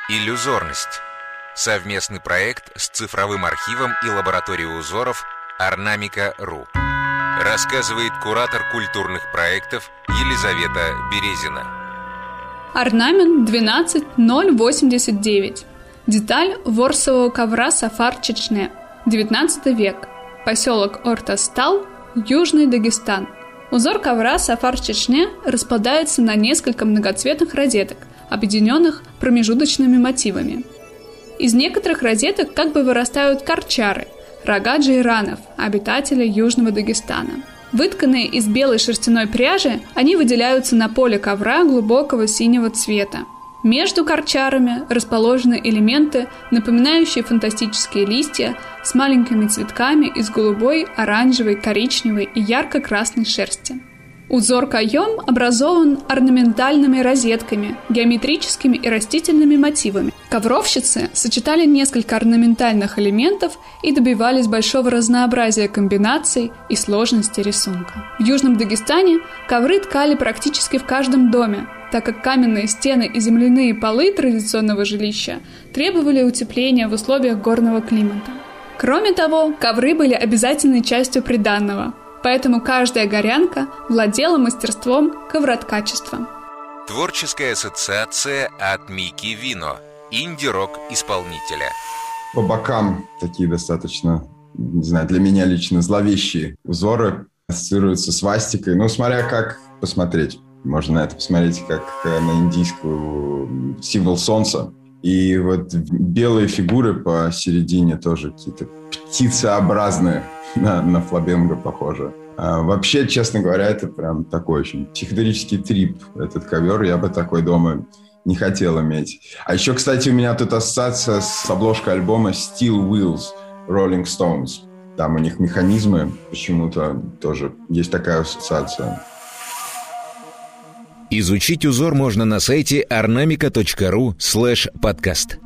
Иллюзорность. Совместный проект с цифровым архивом и лабораторией узоров Орнамика.ру. Рассказывает куратор культурных проектов Елизавета Березина. Орнамент 12089. Деталь ворсового ковра Сафар Чечне. 19 век. Поселок Ортастал, Южный Дагестан. Узор ковра Сафар Чечне распадается на несколько многоцветных розеток, объединенных промежуточными мотивами. Из некоторых розеток как бы вырастают карчары, рога джейранов, обитатели Южного Дагестана. Вытканные из белой шерстяной пряжи, они выделяются на поле ковра глубокого синего цвета. Между карчарами расположены элементы, напоминающие фантастические листья с маленькими цветками из голубой, оранжевой, коричневой и ярко-красной шерсти. Узор кайом образован орнаментальными розетками, геометрическими и растительными мотивами. Ковровщицы сочетали несколько орнаментальных элементов и добивались большого разнообразия комбинаций и сложности рисунка. В Южном Дагестане ковры ткали практически в каждом доме, так как каменные стены и земляные полы традиционного жилища требовали утепления в условиях горного климата. Кроме того, ковры были обязательной частью приданного, поэтому каждая горянка владела мастерством ковроткачества. Творческая ассоциация от Мики Вино, инди-рок исполнителя. По бокам такие достаточно, не знаю, для меня лично зловещие узоры ассоциируются с свастикой. Ну, смотря как посмотреть. Можно на это посмотреть как на индийскую символ солнца. И вот белые фигуры посередине тоже какие-то птицеобразные, на фламинго похоже. Вообще, честно говоря, это прям такой очень психоделический трип, этот ковер. Я бы такой дома не хотел иметь. А еще, кстати, у меня тут ассоциация с обложкой альбома Steel Wheels Rolling Stones. Там у них механизмы почему-то тоже есть такая ассоциация. Изучить узор можно на сайте ornamica.ru/podcast.